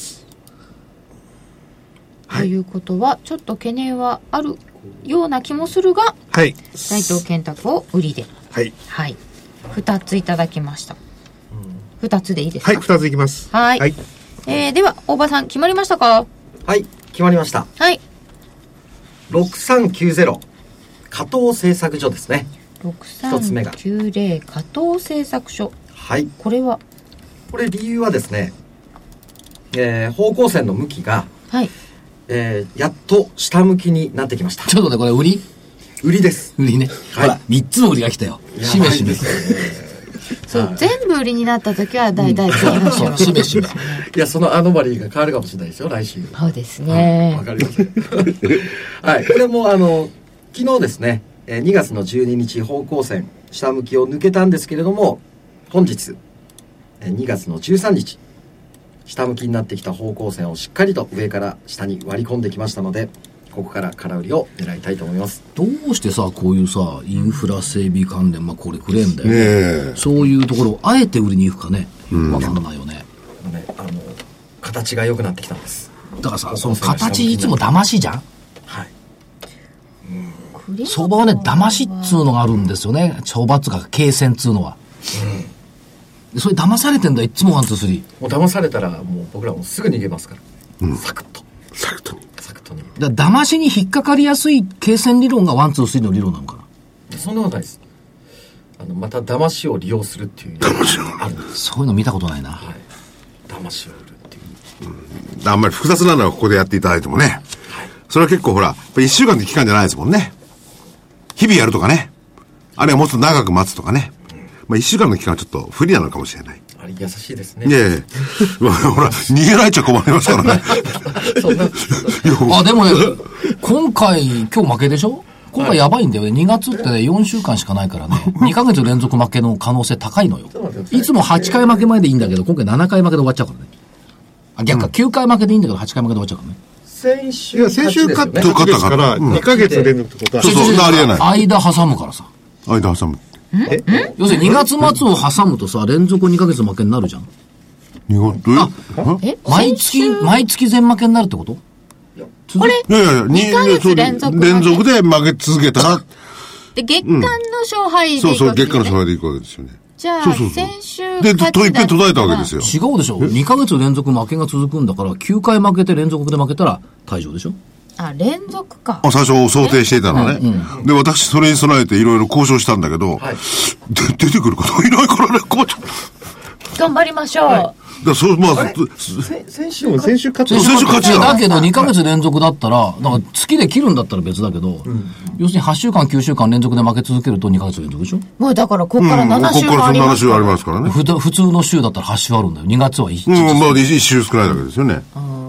ということは、ちょっと懸念はあるような気もするが、 はい。 大東建託を売りで。 はい。 はい。2ついただきました。2つでいいですか？ はい、2ついきます。 はい。 はい。 では、大場さん、決まりましたか？ はい、決まりました。 はい。 6390、加藤製作所ですね。 6390、加藤製作所。 はい。 これ理由はですね、方向線の向きが、 はい。 やっと下向きになってきました。 ちょっとね、これ売りです。 売りね。 はい。 ほら、3つも売りが来たよ。しめしめ。 そう、全部売りになった時は大体次の週そう、しめしめ。 いや、そのアノマリーが変わるかもしれないですよ、来週。 そうですね。 わかりません。はい。これも、昨日ですね、2月の12日方向線、下向きを抜けたんですけれども、本日、2月の13日、下向きになってきた方向線をしっかりと上から下に割り込んできましたので、ここから空売りを狙いたいと思います。 どうしてさ、こういうさ、インフラ整備関連、まあこれクレーンだよね。 ねそういうところをあえて売りに行くかね。わかんないよね。 形が良くなってきたんです。 だからさ、その形いつも騙しじゃん。 はい。 相場はね、騙しっつうのがあるんですよね。相場っつうか、経線っつうのは。それ騙されてんだ、いつもワンツースリー。 もう騙されたら、もう僕らもすぐ逃げますから。サクッと。 サクッと。 だ騙しに引っかかりやすい経線理論がワンツースリーの理論なのかな。 そんなことないです。また騙しを利用するっていうのがあるんです。 そういうの見たことないな。 はい。 魂を売るっていう。 あんまり複雑なのはここでやっていただいてもね。それは結構ほら、1週間の期間じゃないですもんね。日々やるとかね。あるいはもっと長く待つとかね。1週間の期間はちょっと不利なのかもしれない。 あれ優しいですね。 いやいやほら、逃げられちゃ困りますからね。 あ、でもね、今日負けでしょ？今回やばいんだよね。2月ってね、4週間しかないからね。2ヶ月連続負けの可能性高いのよ。いつも8回負けまでいいんだけど、今回7回負けで終わっちゃうからね。あ、逆か、9回負けでいいんだけど、8回負けで終わっちゃうからね。 先週勝ったから2ヶ月連続ってことはそうありえない。 間挟むからさ。 間挟む。 要するに2月末を挟むとさ、連続2ヶ月負けになるじゃん。毎月全負けになるってこと？ これ2ヶ月連続で負け続けたら。 で、月間の勝敗でいくわけですね。 そう、月間の勝敗でいくわけですよね。 じゃあ、先週で、といっぺん途絶えたわけですよ。 違うでしょ。2ヶ月連続負けが続くんだから、9回負けて連続で負けたら退場でしょ。 あ、連続か。 最初想定していたのね。で、私それに備えていろいろ交渉したんだけど、出てくる方いないからね、困っちゃう。 頑張りましょう。 先週勝ちだけど2ヶ月連続だったら、だから月で切るんだったら別だけど、要するに8週間9週間連続で負け続けると2ヶ月連続でしょ。 もうだからここから7週ありますから。 7週ありますからね。 普通の週だったら8週あるんだよ。2月は1週。 1週少ないだけですよね。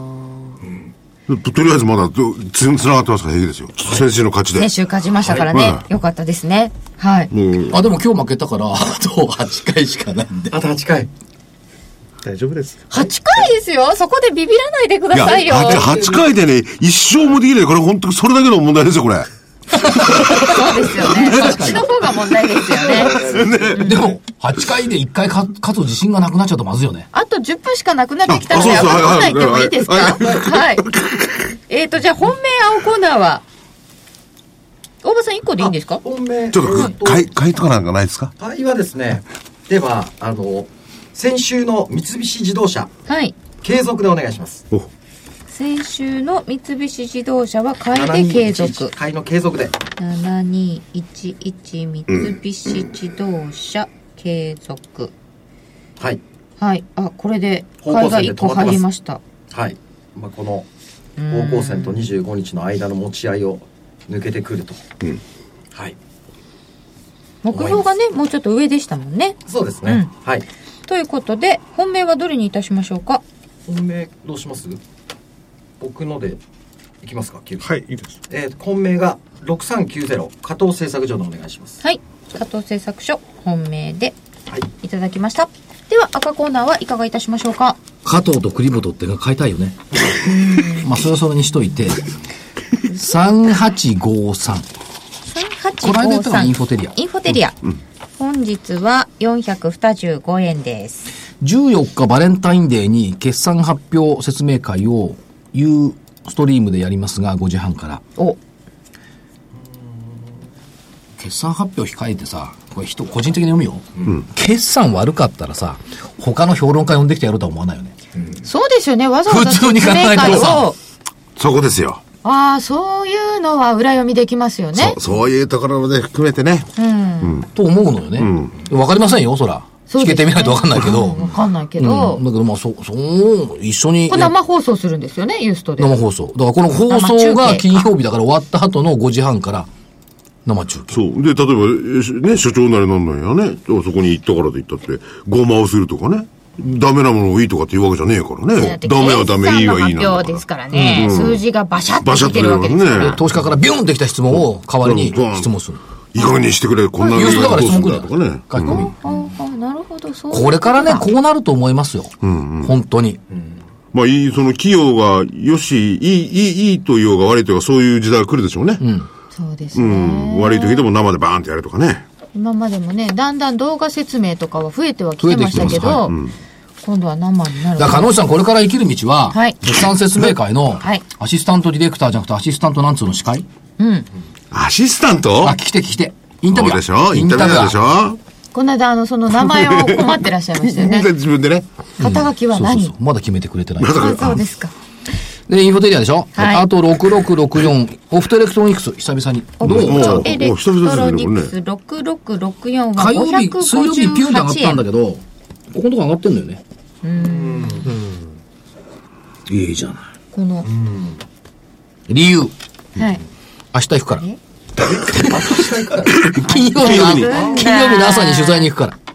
とりあえずまだつながってますから平気ですよ。先週の勝ちで。 先週勝ちましたからね。よかったですね。はい。 あ、でも今日負けたから、あと8回しかないんで。 あと8回。 大丈夫です。 8回ですよ。そこでビビらないでくださいよ。 8回でね、一生もできない。これ本当にそれだけの問題ですよ、これ。 そうですよね。そっちの方が問題ですよね。 でも、8回で1回勝つ自信がなくなっちゃうとまずいよね。 あと10分しかなくなってきたので、青コーナー行ってもいいですか？はい。じゃあ本命青コーナーは、大場さん1個でいいんですか？ 本命。 ちょっと、買いとかなんかないですか？ 買いはですね、では、先週の三菱自動車。 はい。 継続でお願いします。 先週の三菱自動車は買いで継続。 買いの継続で。 7211三菱自動車継続。 はい。 はい。あ、これで買いが1個入りました。 はい。まあ、この方向線と25日の間の持ち合いを抜けてくると。はい。 目標がね、もうちょっと上でしたもんね。 そうですね。はい。 ということで、本命はどれにいたしましょうか？ 本命どうします？僕のでいきますか？ はい、いいです。 本命が6390加藤製作所でお願いします。 はい、加藤製作所本命でいただきました。では赤コーナーはいかがいたしましょうか？ 加藤と栗本っていうのが買いたいよね。まあそれはそれにしといて3853。この間言ったのはインフォテリア。 インフォテリア。本日は425円です。 14日バレンタインデーに決算発表説明会をユーストリームでやりますが5時半から。決算発表控えてさ、これ個人的に読むよ、決算悪かったらさ、他の評論家呼んできてやるとは思わないよね。 そうですよね。わざわざ普通に考えたらさ、 そこですよ。 ああ、そういうのは裏読みできますよね。 そういうところまで含めてね。 と思うのよね。わかりませんよ、そら。聞けてみないとわかんないけど。 わかんないけど。 だけどまあ、一緒に。 これ生放送するんですよね、ユーストで。 生放送。だからこの放送が金曜日だから終わった後の5時半から生中継。 そう。で、例えば、ね、所長なりなんなんやね。そこに行ったからと言ったって、ごまをするとかね。ダメなものをいいとかっていうわけじゃねえからね。ダメはダメ、いいはいいなんだから。 発表ですからね。数字がバシャッと出てるわけですからね。 投資家からビューンってきた質問を代わりに質問する。 いい加減にしてくれ、こんなニュースだから質問来るとかね。 書き込み。 なるほど、そう。 これからね、こうなると思いますよ。本当に。 まあ、その企業が、よし、いいと言おうが悪いと言おうが、そういう時代が来るでしょうね。 そうですね。 悪い時でも生でバーンってやるとかね。 今までもね、だんだん動画説明とかは増えてはきてましたけど、今度は生になる。 だから、鹿野内さん、これから生きる道は、決算説明会の、アシスタントディレクターじゃなくて、アシスタントなんつうの司会？ アシスタント？ 聞きて。インタビュー。 でしょ？インタビューでしょ？ この間、その名前を困ってらっしゃいましたよね。 自分でね。 肩書きは何？ そうまだ決めてくれてない。 そうですか。 で、インフォテリアでしょ？あと6664、オフトエレクトロニクス、久々に。 オフトエレクトロニクス6664は558円。 火曜日、水曜日ピューンって上がったんだけど、ここのとこ上がってんだよね。 いいじゃない。 この、 理由。 はい。 明日行くから。金曜日の朝に取材に行くから。だ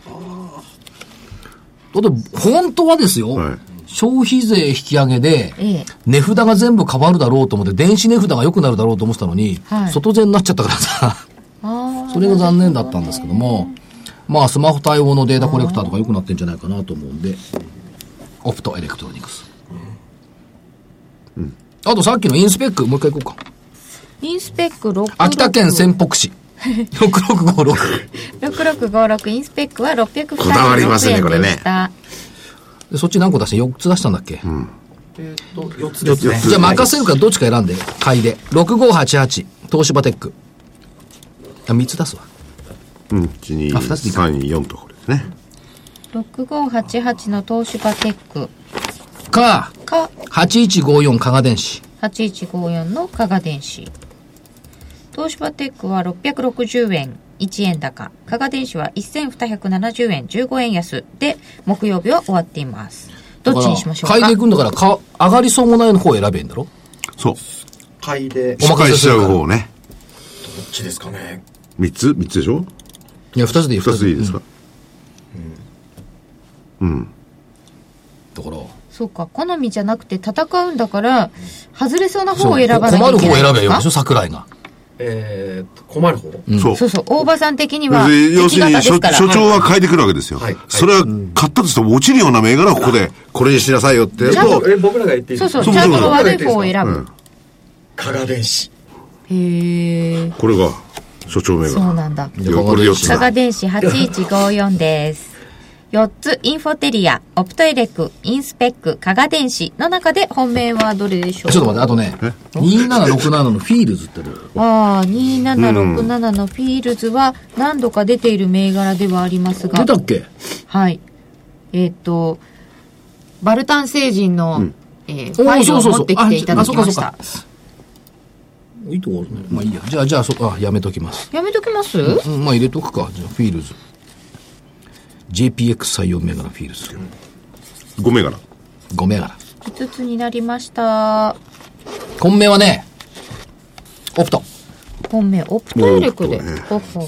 って、本当はですよ、 はい消費税引き上げで、値札が全部変わるだろうと思って、電子値札が良くなるだろうと思ってたのに、外税になっちゃったからさ、それが残念だったんですけども、まあ、スマホ対応のデータコレクターとか良くなってんじゃないかなと思うんで、オプトエレクトロニクス。あとさっきのインスペック、もう一回行こうか。 インスペック666。 秋田県仙北市。6656。 6656インスペックは626円でした。 こだわりますねこれねでそっち何個出して ?4 つ出したんだっけ、 4つですね。 じゃあ任せるからどっちか選んで。買いで。6588、東芝テック。3つ出すわ。 1、2、 2つでいいか 3、4とこれですね。 6588の東芝テックか、 か 8154加賀電子。 8154の加賀電子。東芝テックは660円1円高、加賀電子は1270円15円安で木曜日は終わっています。どっちにしましょうか。 買いでいくんだから上がりそうもないの方を選べんだろ。 そう。 買いでお任せするから。 しちゃう方ね。 どっちですかね。 3つでしょ。 いや、2つでいい。 2つでいいですか。 だからそうか、好みじゃなくて戦うんだから外れそうな方を選ばなきゃいけないんですか。 困る方を選べばいいでしょ、桜井が。 困る方、 そうそう、大場さん的には要するに敵方ですから所長は変えてくるわけですよ、それは買ったとしても落ちるような銘柄をここでこれにしなさいよってやると、 僕らが言っていいですか。 そうそう、ちゃんと悪い方を選ぶ。 加賀電子。 へえ。 これが所長銘柄。 そうなんだ。 これ4つ加賀電子8154です。4つ、インフォテリア、オプトエレク、インスペック、加賀電子の中で本命はどれでしょう。 ちょっと待って、あとね、2767のフィールズってどう？ ああ、2767のフィールズは何度か出ている銘柄ではありますが。 出たっけ？ はい。バルタン星人の、ファイルを持ってきていただきました。 いいところね。まあいいや。じゃあ、やめときます。 やめときます？ まあ入れとくか。じゃあ、フィールズ。JPX 採用銘柄フィールズ。 5銘柄。 5銘柄。 5つになりました。 本命はね、オプト。 本命、オプトエレクで。ほほ。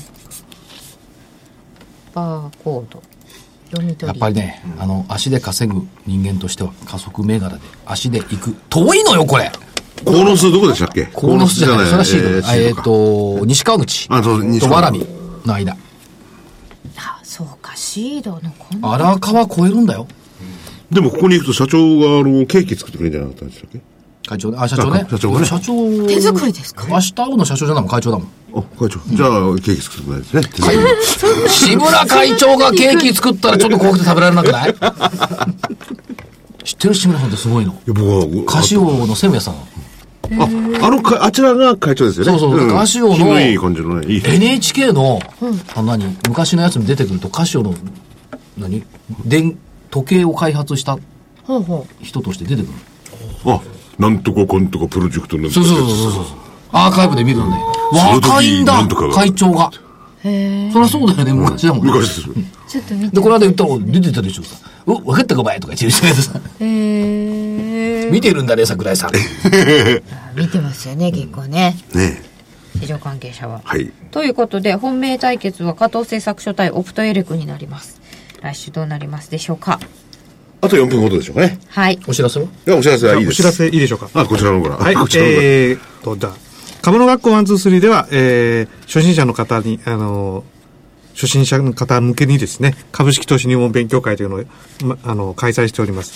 バーコード。読み取り。 やっぱりね、足で稼ぐ人間としては加速銘柄で足で行く。遠いのよ、これ。 鴻巣どこでしたっけ？ 鴻巣じゃない。それはシード。西川口。とわらびの間。 そうか、シードのこん荒川超えるんだよ。 でもここに行くと社長がケーキ作ってくれるんじゃなかったんでしたっけ？ 会長ね。社長ね。 社長ね。 社長。 手作りですか？ 明日会うの社長じゃないもん、会長だもん。 会長。じゃあ、ケーキ作ってくれるんですね。 志村会長がケーキ作ったらちょっと怖くて食べられなくない？知ってる志村さんってすごいの。カシオの専務屋さん。 あちらが会長ですよね。 そう。カシオの。 いい感じのね。 NHK の、昔のやつに出てくると、カシオの、時計を開発した人として出てくる。 なんとかこんとかプロジェクトなんそう。アーカイブで見るのね。若いんだ、会長が。そりゃそうだよね、昔だもんね。 昔です。 ちょっと見て。 で、この間言ったら出てたでしょさ。分かったかお前とか言ってる人さ。見てるんだね、桜井さん。 見てますよね、結構ね。 ね市場関係者は。 はい。 ということで、本命対決は加藤製作所対オプトエレクになります。来週どうなりますでしょうか。 あと4分ほどでしょうかね。 はい。 お知らせは？ お知らせはいいです。 お知らせいいでしょうか。 こちらの方から。 はい。じゃあ、株の学校123では、初心者の方に、初心者の方向けにですね、株式投資入門勉強会というのを、開催しております。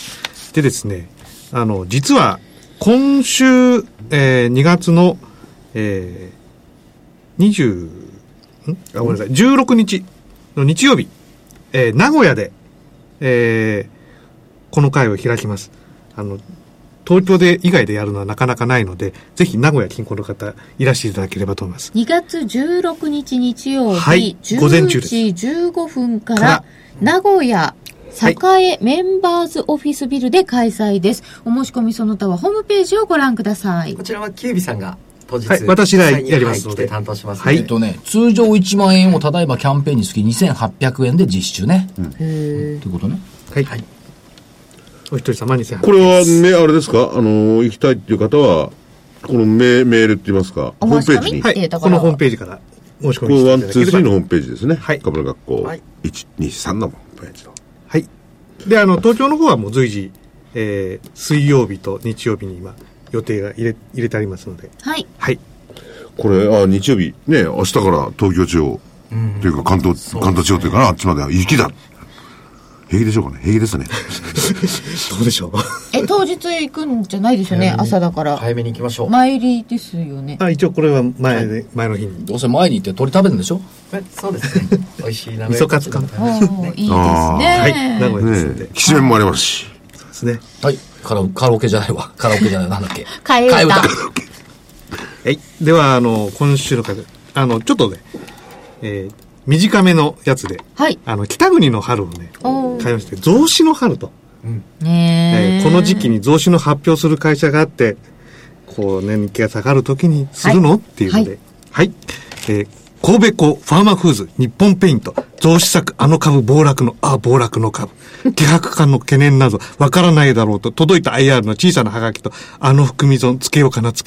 でですね、実は、今週、2月の、16日の日曜日、名古屋で、この会を開きます。東京で以外でやるのはなかなかないので、ぜひ名古屋近郊の方いらしていただければと思います。 2月16日日曜日、 はい、午前中です。 10時15分から名古屋栄メンバーズオフィスビルで開催です。お申し込みその他はホームページをご覧ください。 こちらはキュービさんが当日、 はい、私がやりますので、 担当しますの通で、 常1万円をただいまキャンペーンにつき2800円で実施中ね。ということね。 はい。 お一人様2800円。 これはあれですか、行きたいっていう方は、このメールって言いますか、ホームページに。 はい、このホームページから申し込みしていただければ。 これ123のホームページですね。 はい。 株の学校123のホームページと。 はい。で、東京の方はもう随時、水曜日と日曜日に今、予定が入れてありますので。 はい。 はい。 これ、日曜日、ね、明日から東京地方、というか関東地方というかな、あっちまでは雪だ。平気でしょうかね。平気ですね。 どうでしょう。 当日行くんじゃないですよね、朝だから。 早めに行きましょう。 参りですよね。 一応これは前の日に。 どうせ前に行って鳥食べるんでしょ。 そうですね。美味しいな。 味噌カツか。 いいですね。 はい。名古屋ですので。 きしめんもありますし。 そうですね。 はい。カラオケじゃないわ。カラオケじゃない。なんだっけ。 替え歌。 はい。 では、今週の風、ちょっとね、短めのやつで、 はい。 北国の春をね、買いまして、増資の春と。 ねこの時期に増資の発表する会社があって、こうね、日経が下がる時にするの、っていうので、はい。神戸港ファーマフーズ日本ペイント増資策株暴落の株希薄感の懸念などわからないだろうと届いた IR の小さなハガキと含み損つけようかな。なる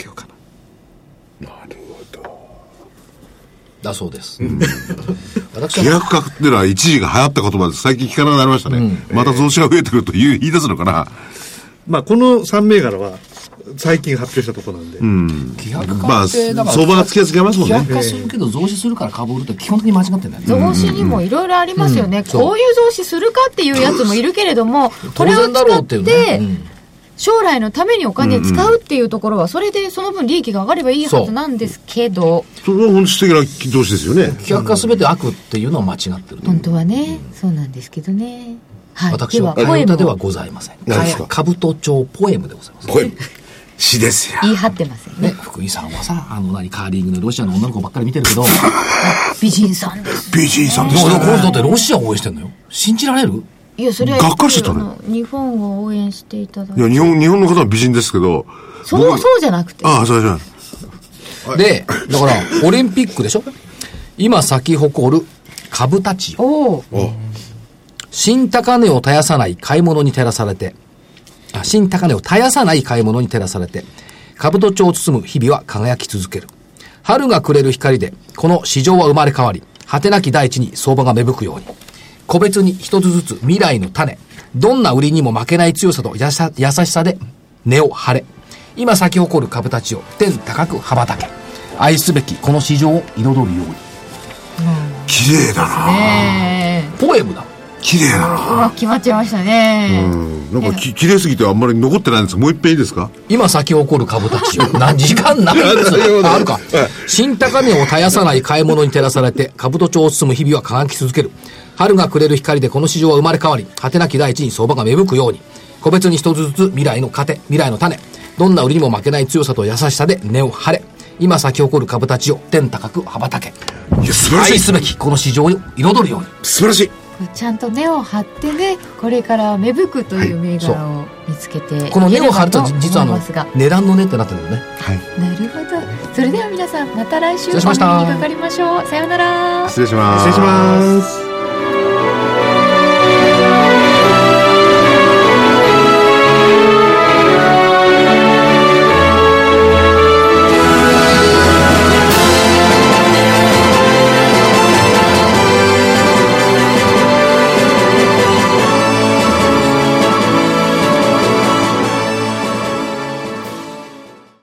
ほど。 だそうです。 希薄化っていうのは一時が流行った言葉です。最近聞かなくなりましたね。また増資が増えてくると言い出すのかな。 まあこの3銘柄は最近発表したところなんで。 希薄化って、 まあ、相場がつきやすくますもんね。 希薄化するけど増資するから株売るって基本的に間違ってんだよね。 増資にもいろいろありますよね。こういう増資するかっていうやつもいるけれども、これを使って将来のためにお金を使うっていうところは、それでその分利益が上がればいいはずなんですけど。 それは本質的な増資ですよね。 希薄化全て悪っていうのは間違ってる。 本当はね、そうなんですけどね。はい。 私は替え歌ではございません。兜町ポエムでございます。 ポエム。詩ですよ。 言い張ってますよね。 福井さんはさ、カーリングのロシアの女の子ばっかり見てるけど。 美人さんです。 美人さんですね。この人ってロシアを応援してんのよ。信じられる？ いや、それは。 がっかりしてたね。 日本を応援していただいて。 いや、日本の方は美人ですけど。 そうじゃなくて。 そうじゃない。で、だから、オリンピックでしょ？今咲き誇る株たちよ。新高値を絶やさない買い物に照らされて、新高値を絶やさない買い物に照らされて、兜町を包む日々は輝き続ける。春が暮れる光で、この市場は生まれ変わり、果てなき大地に相場が芽吹くように、個別に一つずつ未来の種、どんな売りにも負けない強さと優しさで根を張れ。今咲き誇る株たちを天高く羽ばたけ。愛すべきこの市場を彩るように。 綺麗だな。 ポエムだ。 綺麗だな。 うまく決まっちゃいましたね。 なんか綺麗すぎてあんまり残ってないんですが、もう一遍いいですか？ 今咲き誇る株たちよ。何時間ないんですよ。あるか。新高値を絶やさない買い物に照らされて、兜町を包む日々は輝き続ける。春が暮れる光でこの市場は生まれ変わり、果てなき大地に相場が芽吹くように、個別に一つずつ未来の糧、未来の種、どんな売りにも負けない強さと優しさで根を張れ。今咲き誇る株たちを天高く羽ばたけ。 いや、素晴らしい。 愛すべきこの市場を彩るように。 素晴らしい。 ちゃんと根を張ってね、これから芽吹くという銘柄を見つけて、 この根を張ると実は値段の根ってなってるんだね。 はい。 なるほど。それでは皆さんまた来週お目にかかりましょう。さようなら。 失礼します。 失礼します。